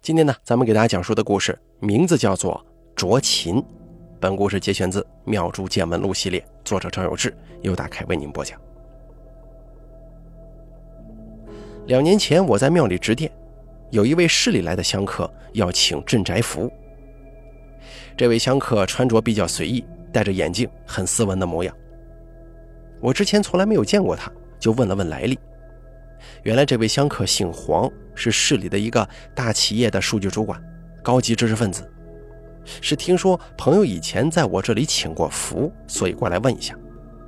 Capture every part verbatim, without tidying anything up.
今天呢，咱们给大家讲述的故事名字叫做卓琴。本故事节选自《妙珠见闻录》系列，作者张有志，由大凯为您播讲。两年前我在庙里值殿，有一位市里来的香客要请镇宅符。这位香客穿着比较随意，戴着眼镜，很斯文的模样。我之前从来没有见过他，就问了问来历。原来这位香客姓黄，是市里的一个大企业的数据主管，高级知识分子。是听说朋友以前在我这里请过符，所以过来问一下。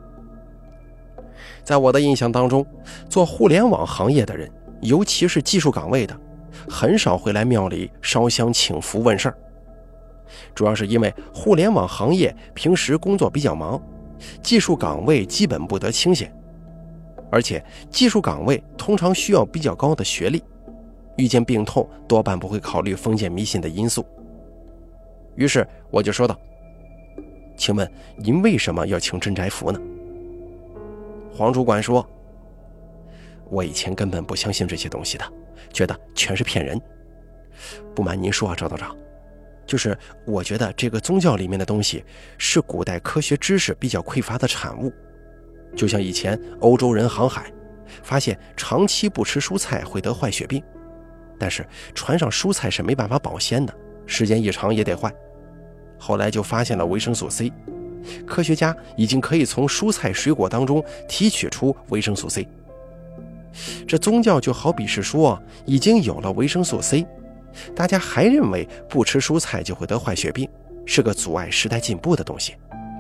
在我的印象当中，做互联网行业的人，尤其是技术岗位的，很少会来庙里烧香请符问事儿。主要是因为互联网行业平时工作比较忙，技术岗位基本不得清闲，而且技术岗位通常需要比较高的学历，遇见病痛多半不会考虑封建迷信的因素。于是我就说道：请问您为什么要请镇宅符呢？黄主管说：我以前根本不相信这些东西的，觉得全是骗人。不瞒您说啊，赵道长，就是我觉得这个宗教里面的东西是古代科学知识比较匮乏的产物。就像以前欧洲人航海，发现长期不吃蔬菜会得坏血病，但是船上蔬菜是没办法保鲜的，时间一长也得坏。后来就发现了维生素 C， 科学家已经可以从蔬菜水果当中提取出维生素 C。 这宗教就好比是说已经有了维生素 C， 大家还认为不吃蔬菜就会得坏血病，是个阻碍时代进步的东西。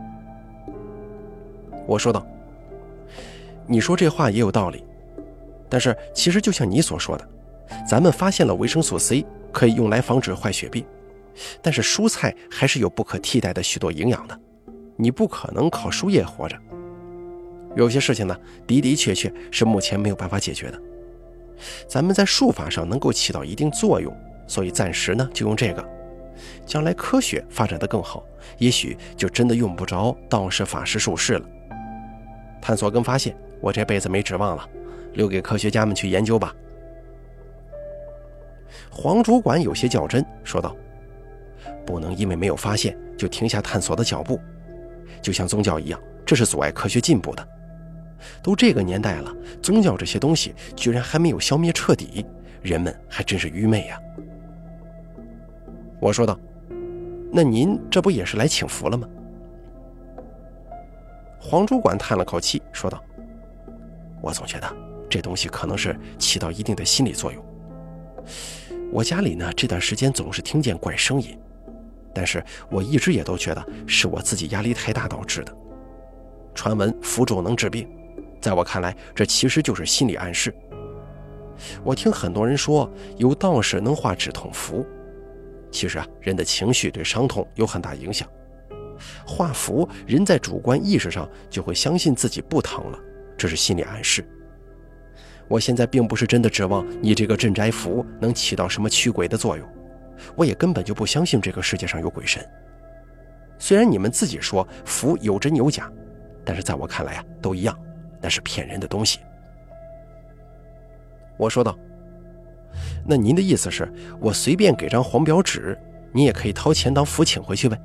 我说道：你说这话也有道理，但是其实就像你所说的，咱们发现了维生素 C 可以用来防止坏血病，但是蔬菜还是有不可替代的许多营养的，你不可能靠输液活着。有些事情呢，的的确确是目前没有办法解决的。咱们在术法上能够起到一定作用，所以暂时呢就用这个。将来科学发展得更好，也许就真的用不着道士、法师、术士了。探索跟发现，我这辈子没指望了，留给科学家们去研究吧。黄主管有些较真，说道：不能因为没有发现就停下探索的脚步，就像宗教一样，这是阻碍科学进步的。都这个年代了，宗教这些东西居然还没有消灭彻底，人们还真是愚昧呀。我说道：那您这不也是来请符了吗？黄主管叹了口气，说道：我总觉得这东西可能是起到一定的心理作用。我家里呢这段时间总是听见怪声音，但是我一直也都觉得是我自己压力太大导致的。传闻符咒能治病，在我看来这其实就是心理暗示。我听很多人说有道士能画止痛符，其实啊，人的情绪对伤痛有很大影响。画符，人在主观意识上就会相信自己不疼了，这是心理暗示。我现在并不是真的指望你这个镇宅符能起到什么驱鬼的作用，我也根本就不相信这个世界上有鬼神。虽然你们自己说符有真有假，但是在我看来啊，都一样，那是骗人的东西。我说道：那您的意思是我随便给张黄表纸，你也可以掏钱当符请回去呗？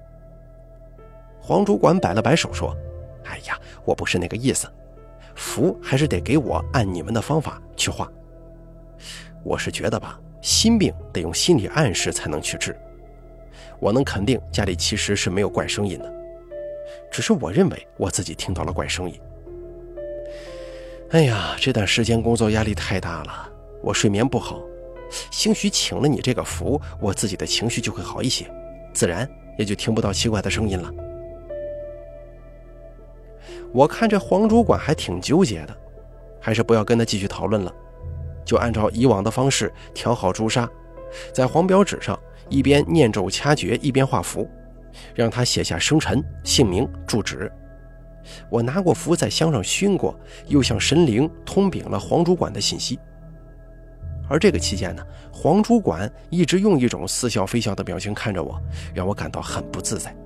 黄主管摆了摆手说：哎呀，我不是那个意思，符还是得给我按你们的方法去画。我是觉得吧，心病得用心理暗示才能去治。我能肯定家里其实是没有怪声音的，只是我认为我自己听到了怪声音。哎呀，这段时间工作压力太大了，我睡眠不好，兴许请了你这个符，我自己的情绪就会好一些，自然也就听不到奇怪的声音了。我看这黄主管还挺纠结的，还是不要跟他继续讨论了，就按照以往的方式调好朱砂，在黄表纸上一边念咒掐诀一边画符，让他写下生辰、姓名、住址。我拿过符在香上熏过，又向神灵通禀了黄主管的信息。而这个期间呢，黄主管一直用一种似笑非笑的表情看着我，让我感到很不自在。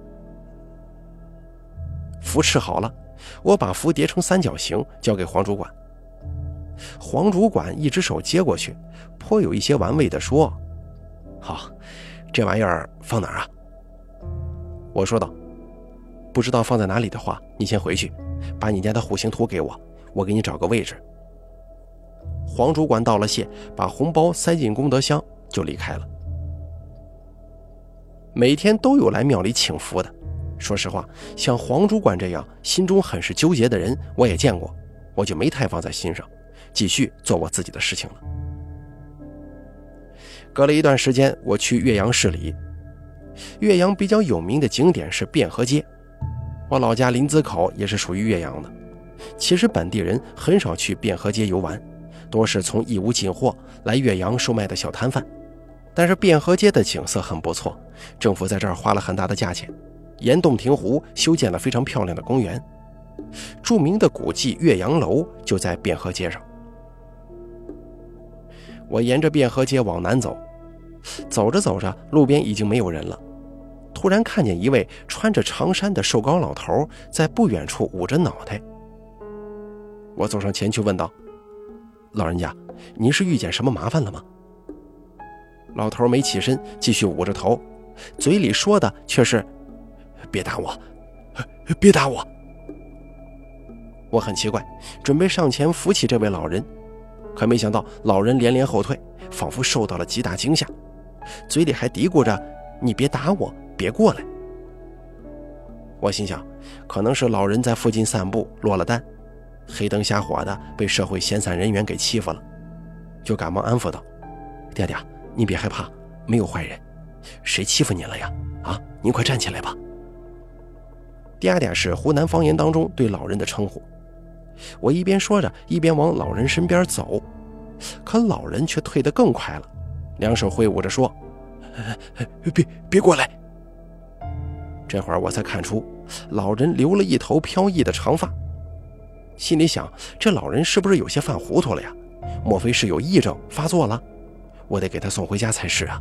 符吃好了，我把符叠成三角形交给黄主管。黄主管一只手接过去，颇有一些玩味地说： 好，这玩意儿放哪儿啊？我说道。不知道放在哪里的话，你先回去，把你家的户型图给我，我给你找个位置。黄主管道了谢，把红包塞进功德箱就离开了。每天都有来庙里请福的，说实话，像黄主管这样心中很是纠结的人我也见过，我就没太放在心上，继续做我自己的事情了。隔了一段时间，我去岳阳市里。岳阳比较有名的景点是汴河街，我老家临淄口也是属于岳阳的。其实本地人很少去汴河街游玩，多是从义乌进货来岳阳售卖的小摊贩。但是汴河街的景色很不错，政府在这儿花了很大的价钱，沿洞庭湖修建了非常漂亮的公园。著名的古迹岳阳楼就在汴河街上。我沿着汴河街往南走，走着走着，路边已经没有人了。突然看见一位穿着长衫的瘦高老头在不远处捂着脑袋。我走上前去问道：老人家，您是遇见什么麻烦了吗？老头没起身，继续捂着头，嘴里说的却是：别打我，别打我。我很奇怪，准备上前扶起这位老人，可没想到老人连连后退，仿佛受到了极大惊吓，嘴里还嘀咕着：你别打我，别过来。我心想，可能是老人在附近散步落了单，黑灯瞎火的被社会闲散人员给欺负了，就赶忙安抚道：爹爹，您别害怕，没有坏人，谁欺负您了呀？啊，您快站起来吧。爹爹是湖南方言当中对老人的称呼。我一边说着，一边往老人身边走，可老人却退得更快了，两手挥舞着说：别别过来。这会儿我才看出老人留了一头飘逸的长发，心里想，这老人是不是有些犯糊涂了呀？莫非是有癔症发作了？我得给他送回家才是啊。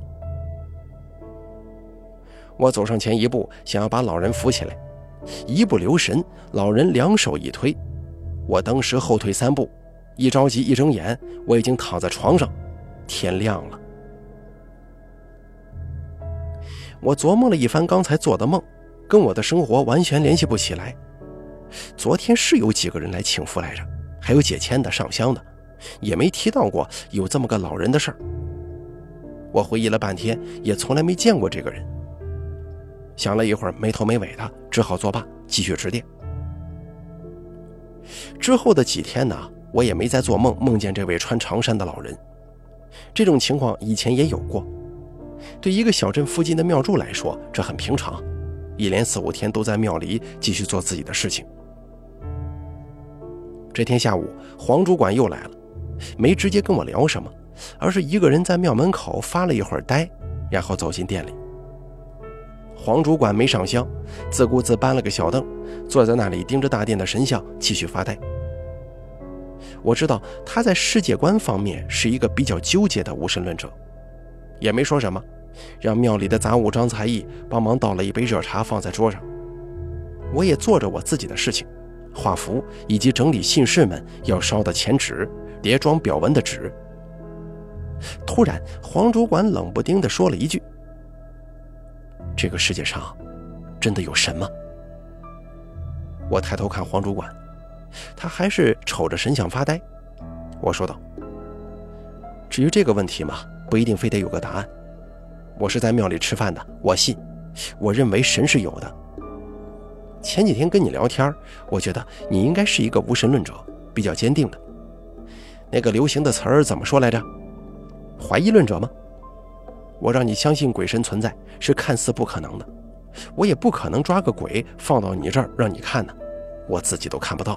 我走上前一步，想要把老人扶起来，一不留神，老人两手一推，我当时后退三步，一着急一睁眼，我已经躺在床上，天亮了。我琢磨了一番刚才做的梦，跟我的生活完全联系不起来。昨天是有几个人来请福来着，还有解签的、上香的，也没提到过有这么个老人的事儿。我回忆了半天，也从来没见过这个人。想了一会儿，没头没尾的，只好作罢，继续值店。之后的几天呢，我也没再做梦梦见这位穿长衫的老人。这种情况以前也有过，对一个小镇附近的庙祝来说，这很平常，一连四五天都在庙里继续做自己的事情。这天下午，黄主管又来了，没直接跟我聊什么，而是一个人在庙门口发了一会儿呆，然后走进店里。黄主管没上香，自顾自搬了个小凳，坐在那里盯着大殿的神像继续发呆。我知道他在世界观方面是一个比较纠结的无神论者，也没说什么，让庙里的杂物张才艺帮忙倒了一杯热茶放在桌上。我也做着我自己的事情，画符以及整理信士们要烧的钱纸，叠装表文的纸。突然黄主管冷不丁地说了一句：这个世界上真的有神吗？我抬头看黄主管，他还是瞅着神像发呆。我说道：至于这个问题嘛，不一定非得有个答案。我是在庙里吃饭的，我信，我认为神是有的。前几天跟你聊天，我觉得你应该是一个无神论者，比较坚定的。那个流行的词儿怎么说来着？怀疑论者吗？我让你相信鬼神存在是看似不可能的，我也不可能抓个鬼放到你这儿让你看呢，我自己都看不到。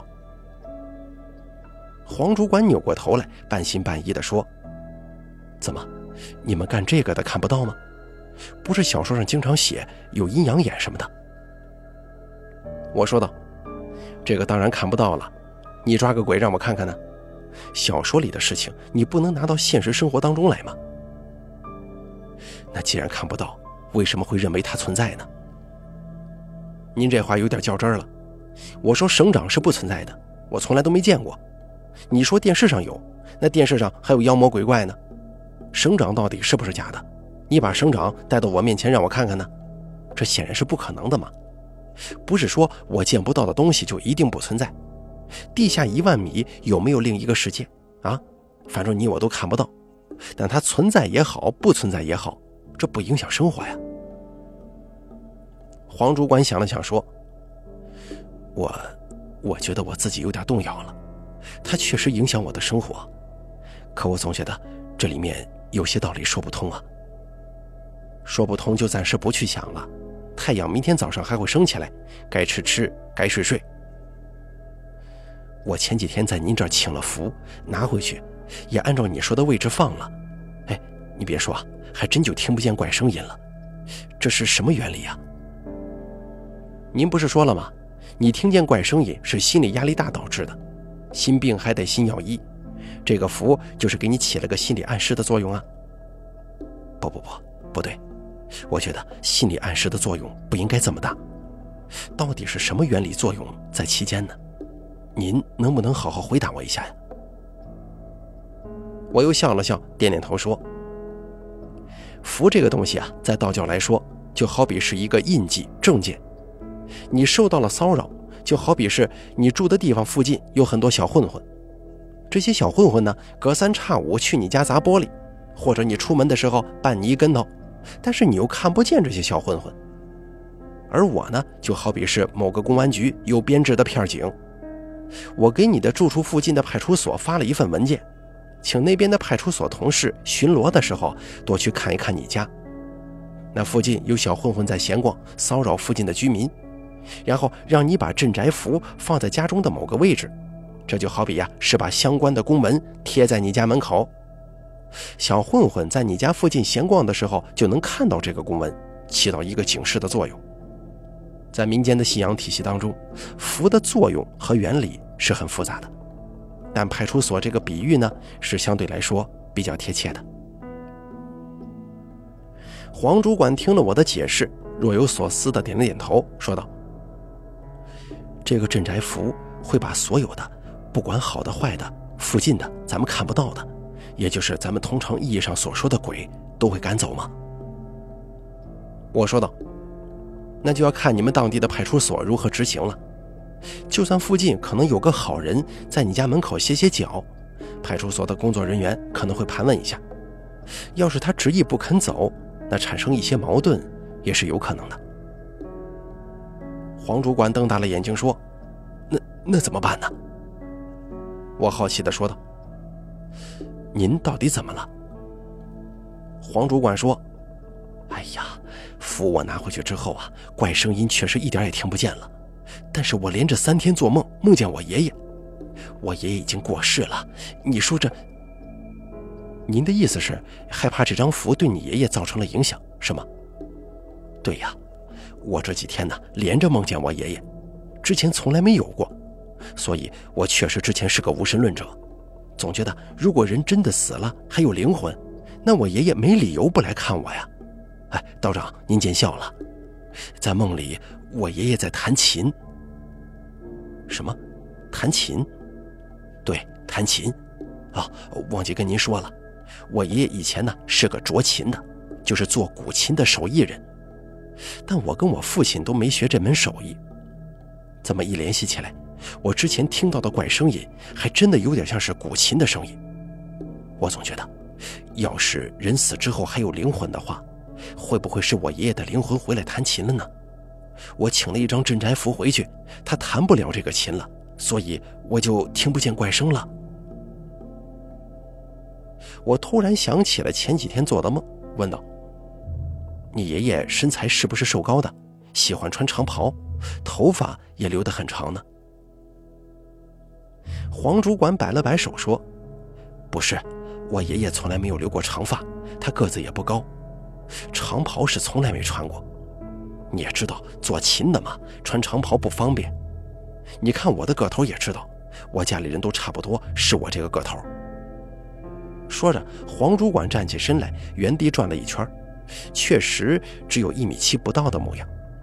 黄主管扭过头来，半信半疑地说：怎么，你们干这个的看不到吗？不是小说上经常写有阴阳眼什么的？我说道：这个当然看不到了，你抓个鬼让我看看呢？小说里的事情你不能拿到现实生活当中来吗？那既然看不到，为什么会认为它存在呢？您这话有点较真了。我说省长是不存在的，我从来都没见过。你说电视上有，那电视上还有妖魔鬼怪呢，省长到底是不是假的？ 你把省长带到我面前让我看看呢？这显然是不可能的嘛。不是说我见不到的东西就一定不存在，地下一万米有没有另一个世界啊？反正你我都看不到，但它存在也好，不存在也好，这不影响生活呀。黄主管想了想说，我我觉得我自己有点动摇了，它确实影响我的生活，可我总觉得这里面有些道理说不通啊。说不通就暂时不去想了，太阳明天早上还会升起来，该吃吃，该睡睡。我前几天在您这儿请了符，拿回去也按照你说的位置放了，哎，你别说，还真就听不见怪声音了。这是什么原理啊？您不是说了吗？你听见怪声音是心理压力大导致的，心病还得心药医，这个符就是给你起了个心理暗示的作用啊。不不不，不对，我觉得心理暗示的作用不应该这么大。到底是什么原理作用在其间呢？您能不能好好回答我一下呀？我又笑了笑，点点头说，符这个东西啊，在道教来说就好比是一个印记证件，你受到了骚扰，就好比是你住的地方附近有很多小混混，这些小混混呢，隔三差五去你家砸玻璃，或者你出门的时候绊你一跟头，但是你又看不见这些小混混。而我呢，就好比是某个公安局有编制的片警，我给你的住处附近的派出所发了一份文件，请那边的派出所同事巡逻的时候多去看一看你家，那附近有小混混在闲逛，骚扰附近的居民，然后让你把镇宅符放在家中的某个位置，这就好比呀，是把相关的公文贴在你家门口，小混混在你家附近闲逛的时候就能看到这个公文，起到一个警示的作用。在民间的信仰体系当中，符的作用和原理是很复杂的，但派出所这个比喻呢，是相对来说比较贴切的。黄主管听了我的解释，若有所思地点了点头，说道，这个镇宅符会把所有的，不管好的坏的，附近的咱们看不到的，也就是咱们通常意义上所说的鬼，都会赶走吗？我说道，那就要看你们当地的派出所如何执行了。就算附近可能有个好人在你家门口歇歇脚，派出所的工作人员可能会盘问一下，要是他执意不肯走，那产生一些矛盾也是有可能的。黄主管瞪大了眼睛说，那那怎么办呢？我好奇地说道，您到底怎么了？黄主管说，哎呀，符我拿回去之后啊，怪声音确实一点也听不见了，但是我连着三天做梦，梦见我爷爷，我爷爷已经过世了，你说这……您的意思是害怕这张符对你爷爷造成了影响，是吗？对呀，我这几天呢，连着梦见我爷爷，之前从来没有过，所以我确实之前是个无神论者，总觉得如果人真的死了还有灵魂，那我爷爷没理由不来看我呀。哎，道长您见笑了，在梦里我爷爷在弹琴。什么？弹琴？对，弹琴啊，忘记跟您说了，我爷爷以前呢是个斫琴的，就是做古琴的手艺人，但我跟我父亲都没学这门手艺。这么一联系起来，我之前听到的怪声音还真的有点像是古琴的声音。我总觉得，要是人死之后还有灵魂的话，会不会是我爷爷的灵魂回来弹琴了呢？我请了一张镇宅符回去，他弹不了这个琴了，所以我就听不见怪声了。我突然想起了前几天做的梦，问道，你爷爷身材是不是瘦高的，喜欢穿长袍，头发也留得很长呢？黄主管摆了摆手说，不是，我爷爷从来没有留过长发，他个子也不高，长袍是从来没穿过。你也知道做琴的嘛，穿长袍不方便，你看我的个头也知道，我家里人都差不多是我这个个头。说着，黄主管站起身来，原地转了一圈，确实只有一米七不到的模样。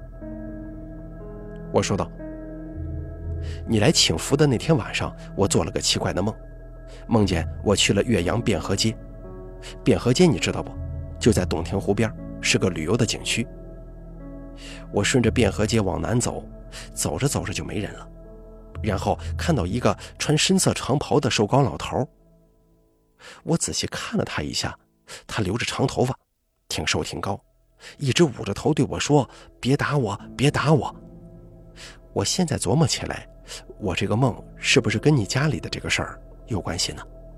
我说道，你来请符的那天晚上，我做了个奇怪的梦，梦见我去了岳阳汴河街。汴河街你知道不？ 就在洞庭湖边，是个旅游的景区。我顺着汴河街往南走，走着走着就没人了，然后看到一个穿深色长袍的瘦高老头。我仔细看了他一下，他留着长头发，挺瘦挺高，一直捂着头对我说：“别打我，别打我。”我现在琢磨起来，我这个梦是不是跟你家里的这个事儿有关系呢？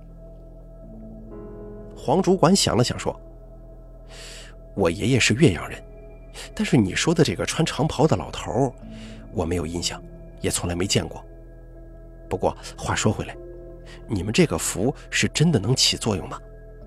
黄主管想了想说：“我爷爷是岳阳人，但是你说的这个穿长袍的老头，我没有印象，也从来没见过。不过话说回来，你们这个符是真的能起作用吗？”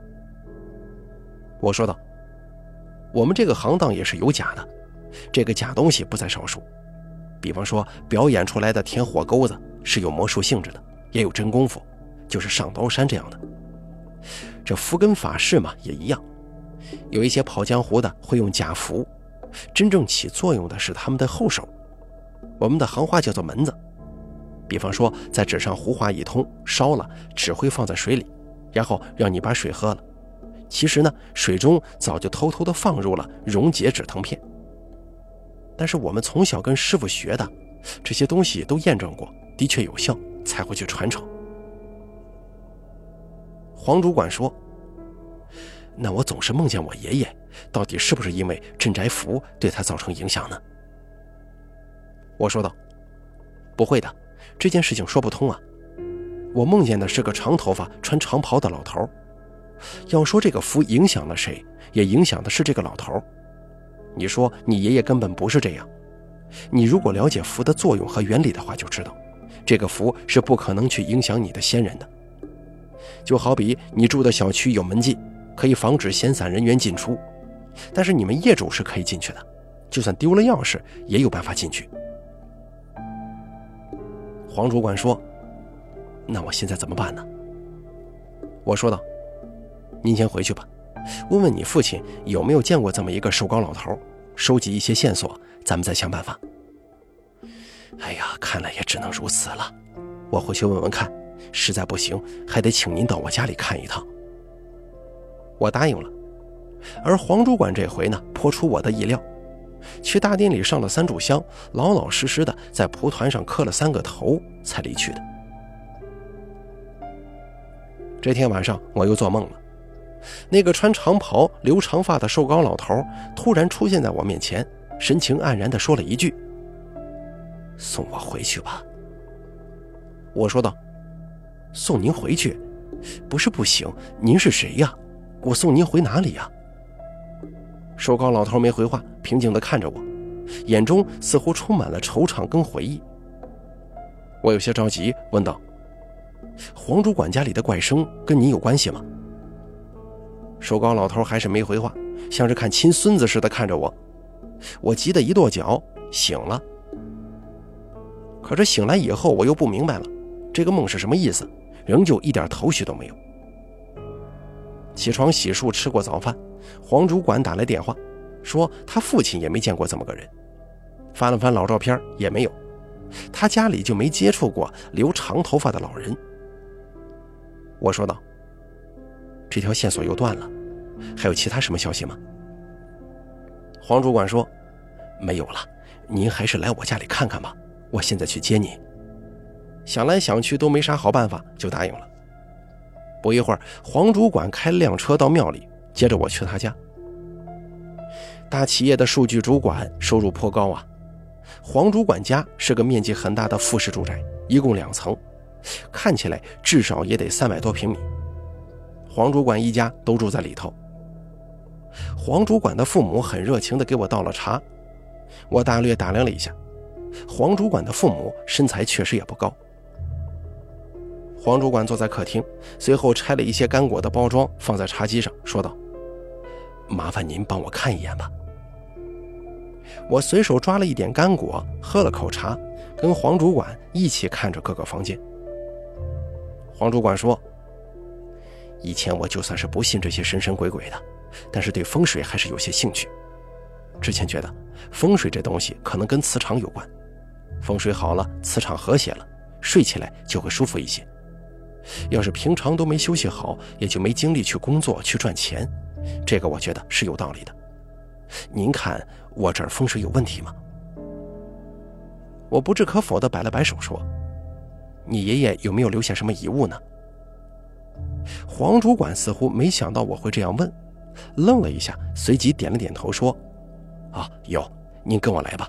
我说道：“我们这个行当也是有假的，这个假东西不在少数。比方说表演出来的填火钩子是有魔术性质的，也有真功夫，就是上刀山这样的。这符跟法事嘛也一样，有一些跑江湖的会用假符，真正起作用的是他们的后手，我们的行话叫做门子。比方说在纸上胡画一通，烧了，纸会放在水里，然后让你把水喝了，其实呢水中早就偷偷地放入了溶解止疼片。但是我们从小跟师傅学的这些东西都验证过，的确有效，才会去传承。”黄主管说：“那我总是梦见我爷爷，到底是不是因为镇宅符对他造成影响呢？”我说道：“不会的，这件事情说不通啊。我梦见的是个长头发穿长袍的老头，要说这个符影响了谁，也影响的是这个老头。你说你爷爷根本不是这样，你如果了解符的作用和原理的话，就知道这个符是不可能去影响你的先人的。就好比你住的小区有门禁，可以防止闲散人员进出，但是你们业主是可以进去的，就算丢了钥匙也有办法进去。”黄主管说：“那我现在怎么办呢？”我说道：“您先回去吧，问问你父亲有没有见过这么一个瘦高老头，收集一些线索，咱们再想办法。”哎呀，看来也只能如此了，我回去问问看，实在不行还得请您到我家里看一趟。我答应了，而黄主管这回呢颇出我的意料，去大殿里上了三炷香，老老实实的在蒲团上磕了三个头才离去的。这天晚上我又做梦了，那个穿长袍留长发的瘦高老头突然出现在我面前，神情黯然地说了一句：“送我回去吧。”我说道：“送您回去？不是不行，您是谁呀？我送您回哪里呀？”瘦高老头没回话，平静地看着我，眼中似乎充满了惆怅跟回忆。我有些着急，问道：“黄主管家里的怪声跟你有关系吗？”瘦高老头还是没回话，像是看亲孙子似的看着我。我急得一跺脚，醒了。可是醒来以后，我又不明白了，这个梦是什么意思，仍旧一点头绪都没有。起床洗漱，吃过早饭，黄主管打来电话，说他父亲也没见过这么个人，翻了翻老照片也没有，他家里就没接触过留长头发的老人。我说道：“这条线索又断了，还有其他什么消息吗？”黄主管说：“没有了，您还是来我家里看看吧，我现在去接你。”想来想去都没啥好办法，就答应了。不一会儿，黄主管开辆车到庙里，接着我去他家。大企业的数据主管收入颇高啊，黄主管家是个面积很大的复式住宅，一共两层，看起来至少也得三百多平米。黄主管一家都住在里头。黄主管的父母很热情地给我倒了茶，我大略打量了一下，黄主管的父母身材确实也不高。黄主管坐在客厅，随后拆了一些干果的包装放在茶几上，说道：“麻烦您帮我看一眼吧。”我随手抓了一点干果，喝了口茶，跟黄主管一起看着各个房间。黄主管说：“以前我就算是不信这些神神鬼鬼的，但是对风水还是有些兴趣。之前觉得风水这东西可能跟磁场有关，风水好了，磁场和谐了，睡起来就会舒服一些。要是平常都没休息好，也就没精力去工作去赚钱， 这个我觉得是有道理的。您看我这儿风水有问题吗？我不置可否地摆了摆手说，你爷爷有没有留下什么遗物呢？黄主管似乎没想到我会这样问，愣了一下，随即点了点头说，啊，有，您跟我来吧。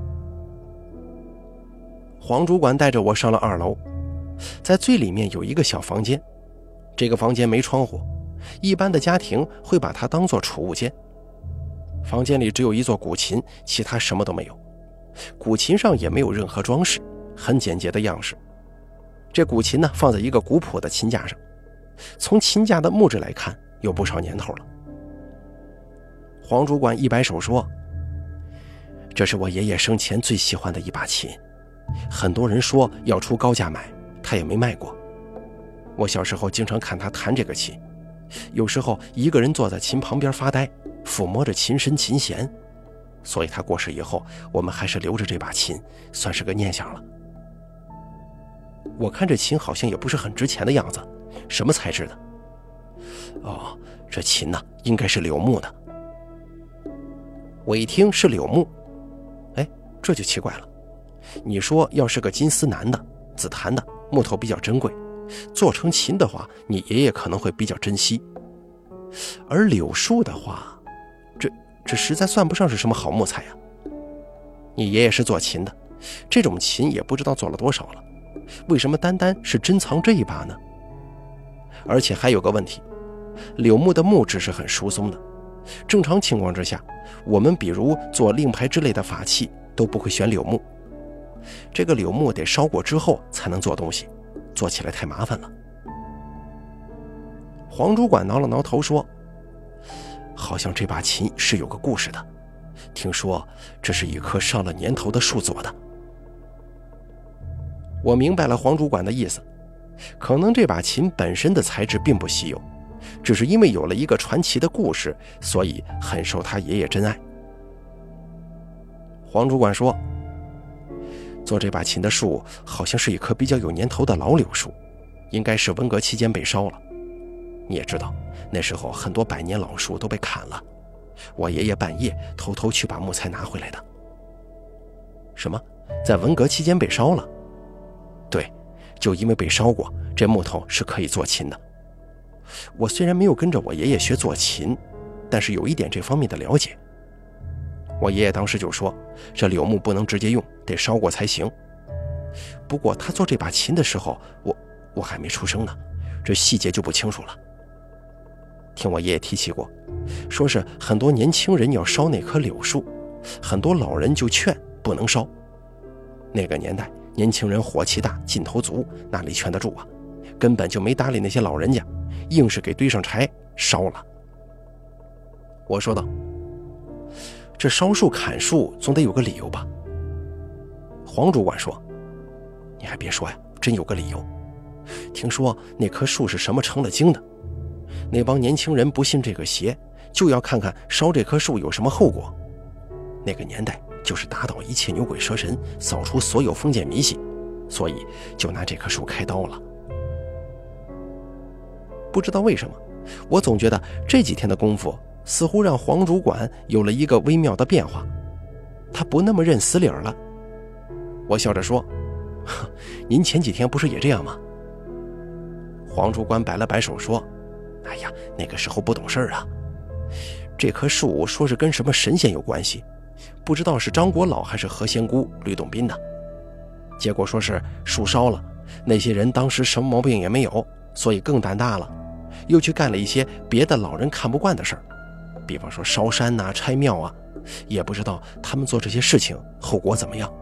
黄主管带着我上了二楼，在最里面有一个小房间，这个房间没窗户，一般的家庭会把它当作储物间。房间里只有一座古琴，其他什么都没有，古琴上也没有任何装饰，很简洁的样式。这古琴呢，放在一个古朴的琴架上，从琴架的木质来看，有不少年头了。黄主管一摆手说，这是我爷爷生前最喜欢的一把琴，很多人说要出高价买，他也没卖过。我小时候经常看他弹这个琴，有时候一个人坐在琴旁边发呆，抚摸着琴身琴弦，所以他过世以后，我们还是留着这把琴，算是个念想了。我看这琴好像也不是很值钱的样子，什么材质的？哦，这琴呢，应该是柳木的。我一听是柳木，哎，这就奇怪了。你说要是个金丝楠的、紫檀的，木头比较珍贵，做成琴的话，你爷爷可能会比较珍惜。而柳树的话，这这实在算不上是什么好木材啊。你爷爷是做琴的，这种琴也不知道做了多少了，为什么单单是珍藏这一把呢？而且还有个问题，柳木的木质是很疏松的，正常情况之下，我们比如做令牌之类的法器都不会选柳木，这个柳木得烧过之后才能做东西，做起来太麻烦了。黄主管挠了挠头说，好像这把琴是有个故事的，听说这是一棵上了年头的树做的。我明白了黄主管的意思，可能这把琴本身的材质并不稀有，只是因为有了一个传奇的故事，所以很受他爷爷珍爱。黄主管说，做这把琴的树好像是一棵比较有年头的老柳树，应该是文革期间被烧了。你也知道，那时候很多百年老树都被砍了，我爷爷半夜偷偷去把木材拿回来的。什么？在文革期间被烧了？对，就因为被烧过，这木头是可以做琴的。我虽然没有跟着我爷爷学做琴，但是有一点这方面的了解。我爷爷当时就说，这柳木不能直接用，得烧过才行。不过他做这把琴的时候，我我还没出生呢，这细节就不清楚了。听我爷爷提起过，说是很多年轻人要烧那棵柳树，很多老人就劝不能烧。那个年代年轻人火气大，劲头足，哪里劝得住啊？根本就没搭理那些老人家，硬是给堆上柴烧了。我说道，这烧树砍树总得有个理由吧？黄主管说，你还别说呀，真有个理由。听说那棵树是什么成了精的，那帮年轻人不信这个邪，就要看看烧这棵树有什么后果。那个年代就是打倒一切牛鬼蛇神，扫除所有封建迷信，所以就拿这棵树开刀了。不知道为什么，我总觉得这几天的功夫似乎让黄主管有了一个微妙的变化，他不那么认死理儿了。我笑着说，您前几天不是也这样吗？黄主管摆了摆手说，哎呀，那个时候不懂事啊。这棵树说是跟什么神仙有关系，不知道是张国老还是何仙姑吕洞宾的，结果说是树烧了，那些人当时什么毛病也没有，所以更胆大了，又去干了一些别的老人看不惯的事儿，比方说烧山啊、拆庙啊，也不知道他们做这些事情后果怎么样。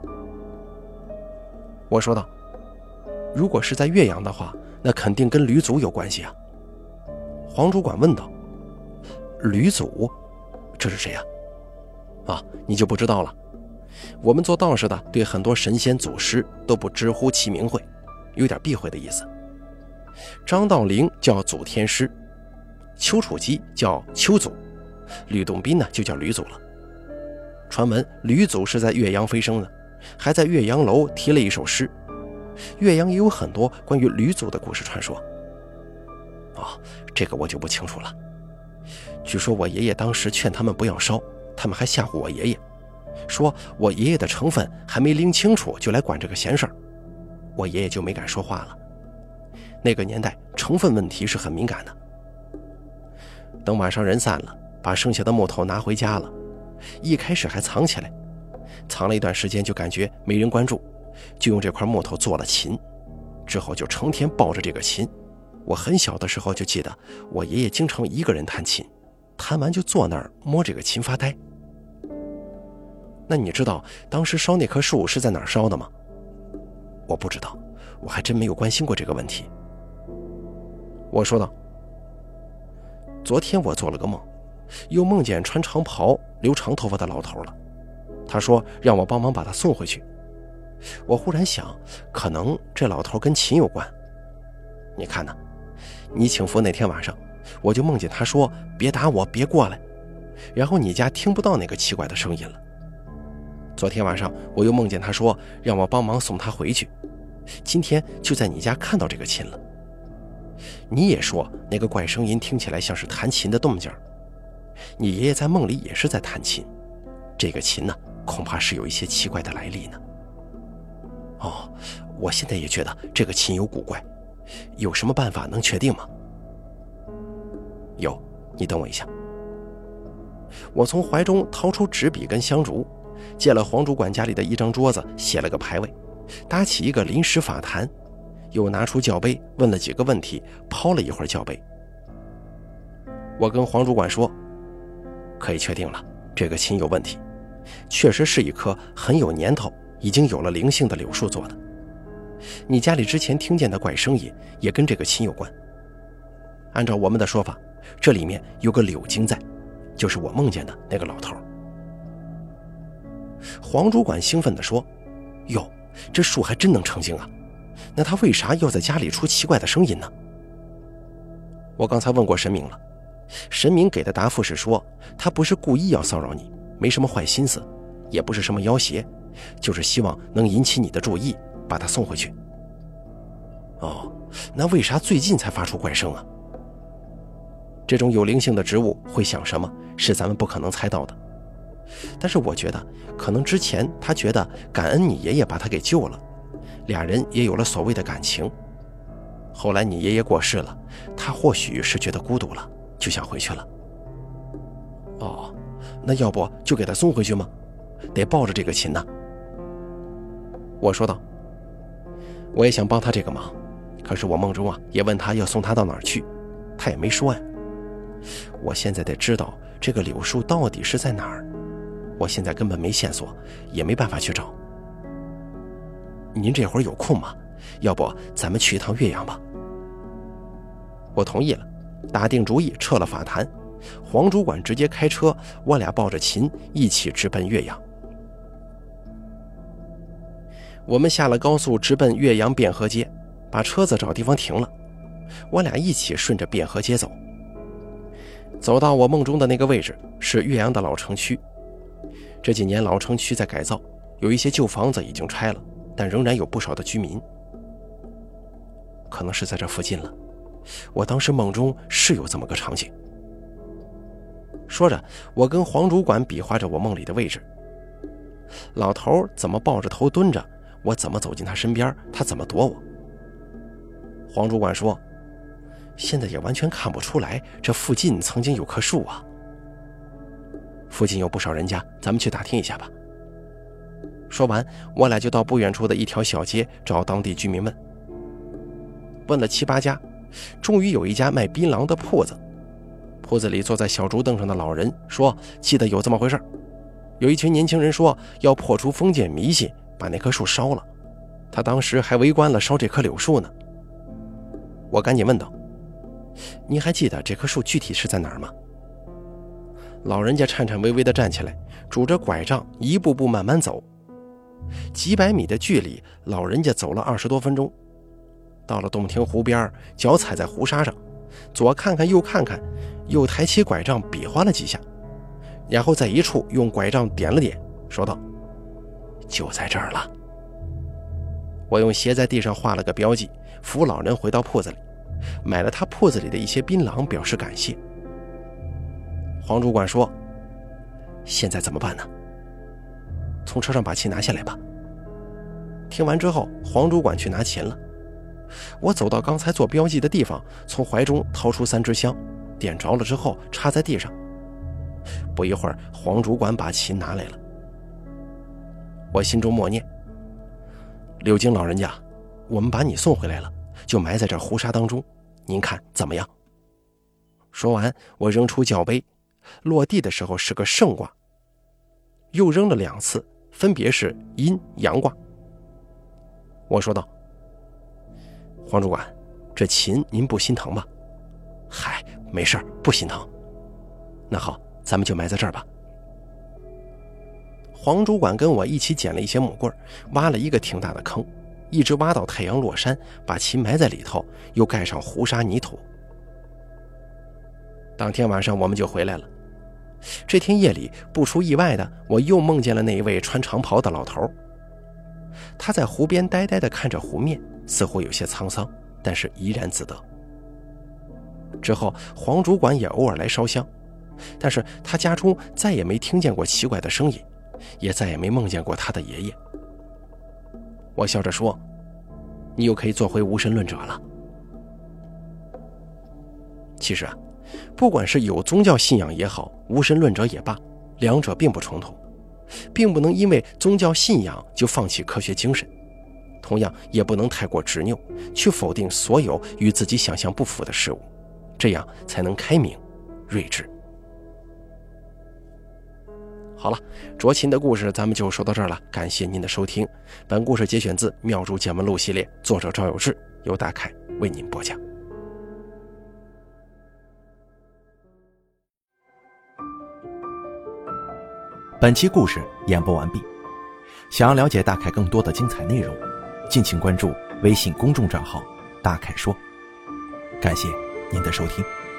我说道，如果是在岳阳的话，那肯定跟吕祖有关系啊。黄主管问道，吕祖？这是谁啊？啊，你就不知道了。我们做道士的对很多神仙祖师都不直呼其名讳，有点避讳的意思。张道陵叫祖天师，丘处机叫丘祖，吕洞宾呢就叫吕祖了。传闻吕祖是在岳阳飞升的，还在岳阳楼题了一首诗。岳阳也有很多关于吕祖的故事传说。哦，这个我就不清楚了。 据说我爷爷当时劝他们不要烧，他们还吓唬我爷爷，说我爷爷的成分还没拎清楚就来管这个闲事儿，我爷爷就没敢说话了。那个年代成分问题是很敏感的。等晚上人散了，把剩下的木头拿回家了，一开始还藏起来，藏了一段时间就感觉没人关注，就用这块木头做了琴，之后就成天抱着这个琴。我很小的时候就记得我爷爷经常一个人弹琴，弹完就坐那儿摸这个琴发呆。那你知道当时烧那棵树是在哪儿烧的吗？我不知道，我还真没有关心过这个问题。我说道，昨天我做了个梦，又梦见穿长袍留长头发的老头了，他说让我帮忙把他送回去。我忽然想，可能这老头跟琴有关。你看呢，你请福那天晚上，我就梦见他说别打我，别过来，然后你家听不到那个奇怪的声音了。昨天晚上我又梦见他说让我帮忙送他回去，今天就在你家看到这个琴了。你也说那个怪声音听起来像是弹琴的动静，你爷爷在梦里也是在弹琴，这个琴呢，恐怕是有一些奇怪的来历呢。哦，我现在也觉得这个琴有古怪，有什么办法能确定吗？有，你等我一下。我从怀中掏出纸笔跟香烛，借了黄主管家里的一张桌子，写了个牌位，搭起一个临时法坛，又拿出教杯，问了几个问题，抛了一会儿教杯。我跟黄主管说，可以确定了，这个琴有问题，确实是一棵很有年头，已经有了灵性的柳树做的。你家里之前听见的怪声音也跟这个琴有关。按照我们的说法，这里面有个柳精在，就是我梦见的那个老头。黄主管兴奋地说，哟，这树还真能成精啊，那他为啥要在家里出奇怪的声音呢？我刚才问过神明了，神明给的答复是说，他不是故意要骚扰你，没什么坏心思，也不是什么要挟，就是希望能引起你的注意，把他送回去。哦，那为啥最近才发出怪声啊？这种有灵性的植物会想什么，是咱们不可能猜到的。但是我觉得，可能之前他觉得感恩你爷爷把他给救了，俩人也有了所谓的感情。后来你爷爷过世了，他或许是觉得孤独了，就想回去了。哦，那要不就给他送回去吗？得抱着这个琴呢。我说道，我也想帮他这个忙，可是我梦中啊也问他要送他到哪儿去，他也没说呀。我现在得知道这个柳树到底是在哪儿，我现在根本没线索，也没办法去找。您这会儿有空吗？要不咱们去一趟岳阳吧。我同意了，打定主意撤了法坛，黄主管直接开车，我俩抱着琴一起直奔岳阳。我们下了高速，直奔岳阳汴河街，把车子找地方停了，我俩一起顺着汴河街走。走到我梦中的那个位置，是岳阳的老城区。这几年老城区在改造，有一些旧房子已经拆了，但仍然有不少的居民。可能是在这附近了，我当时梦中是有这么个场景。说着，我跟黄主管比划着我梦里的位置。老头怎么抱着头蹲着，我怎么走进他身边，他怎么躲我。黄主管说，现在也完全看不出来这附近曾经有棵树啊。附近有不少人家，咱们去打听一下吧。说完，我俩就到不远处的一条小街找当地居民问。问了七八家，终于有一家卖槟榔的铺子。铺子里坐在小竹凳上的老人说，记得有这么回事，有一群年轻人说要破除封建迷信，把那棵树烧了，他当时还围观了烧这棵柳树呢。我赶紧问道，你还记得这棵树具体是在哪儿吗？老人家颤颤巍巍地站起来，拄着拐杖一步步慢慢走。几百米的距离，老人家走了二十多分钟，到了洞庭湖边，脚踩在湖沙上，左看看右看看，又抬起拐杖比划了几下，然后在一处用拐杖点了点，说道，就在这儿了。我用鞋在地上画了个标记，扶老人回到铺子里，买了他铺子里的一些槟榔表示感谢。 黄主管说：“现在怎么办呢？从车上把琴拿下来吧。”听完之后，黄主管去拿琴了。我走到刚才做标记的地方，从怀中掏出三支香，点着了之后插在地上。不一会儿，黄主管把琴拿来了。我心中默念：“柳京老人家，我们把你送回来了，就埋在这胡沙当中，您看怎么样？”说完，我扔出教杯，落地的时候是个圣卦，又扔了两次，分别是阴阳卦。我说道：“黄主管，这琴您不心疼吧？”“嗨，没事儿，不心疼。”“那好，咱们就埋在这儿吧。”黄主管跟我一起捡了一些木棍，挖了一个挺大的坑，一直挖到太阳落山，把琴埋在里头，又盖上胡沙泥土。当天晚上我们就回来了。这天夜里，不出意外的，我又梦见了那一位穿长袍的老头。他在湖边呆呆地看着湖面，似乎有些沧桑，但是怡然自得。之后黄主管也偶尔来烧香，但是他家中再也没听见过奇怪的声音，也再也没梦见过他的爷爷。我笑着说：“你又可以做回无神论者了。”其实啊，不管是有宗教信仰也好，无神论者也罢，两者并不冲突，并不能因为宗教信仰就放弃科学精神，同样也不能太过执拗，去否定所有与自己想象不符的事物，这样才能开明睿智。好了，卓琴的故事咱们就说到这儿了，感谢您的收听。本故事节选自《妙珠见闻录》系列，作者赵有志，由大凯为您播讲。 本期故事演播完毕。想要了解大凯更多的精彩内容，敬请关注微信公众账号大凯说。感谢您的收听。